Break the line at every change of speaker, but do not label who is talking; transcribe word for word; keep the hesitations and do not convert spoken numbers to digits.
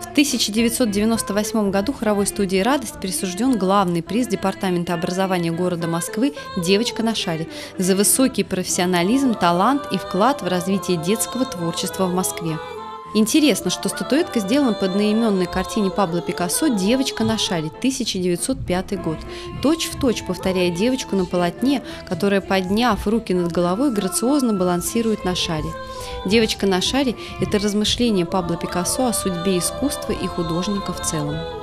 В тысяча девятьсот девяносто восьмом году хоровой студии «Радость» присужден главный приз Департамента образования города Москвы «Девочка на шаре» за высокий профессионализм, талант и вклад в развитие детского творчества в Москве. Интересно, что статуэтка сделана по одноименной картине Пабло Пикассо «Девочка на шаре», тысяча девятьсот пятый год, точь-в-точь повторяя девочку на полотне, которая, подняв руки над головой, грациозно балансирует на шаре. «Девочка на шаре» – это размышление Пабло Пикассо о судьбе искусства и художника в целом.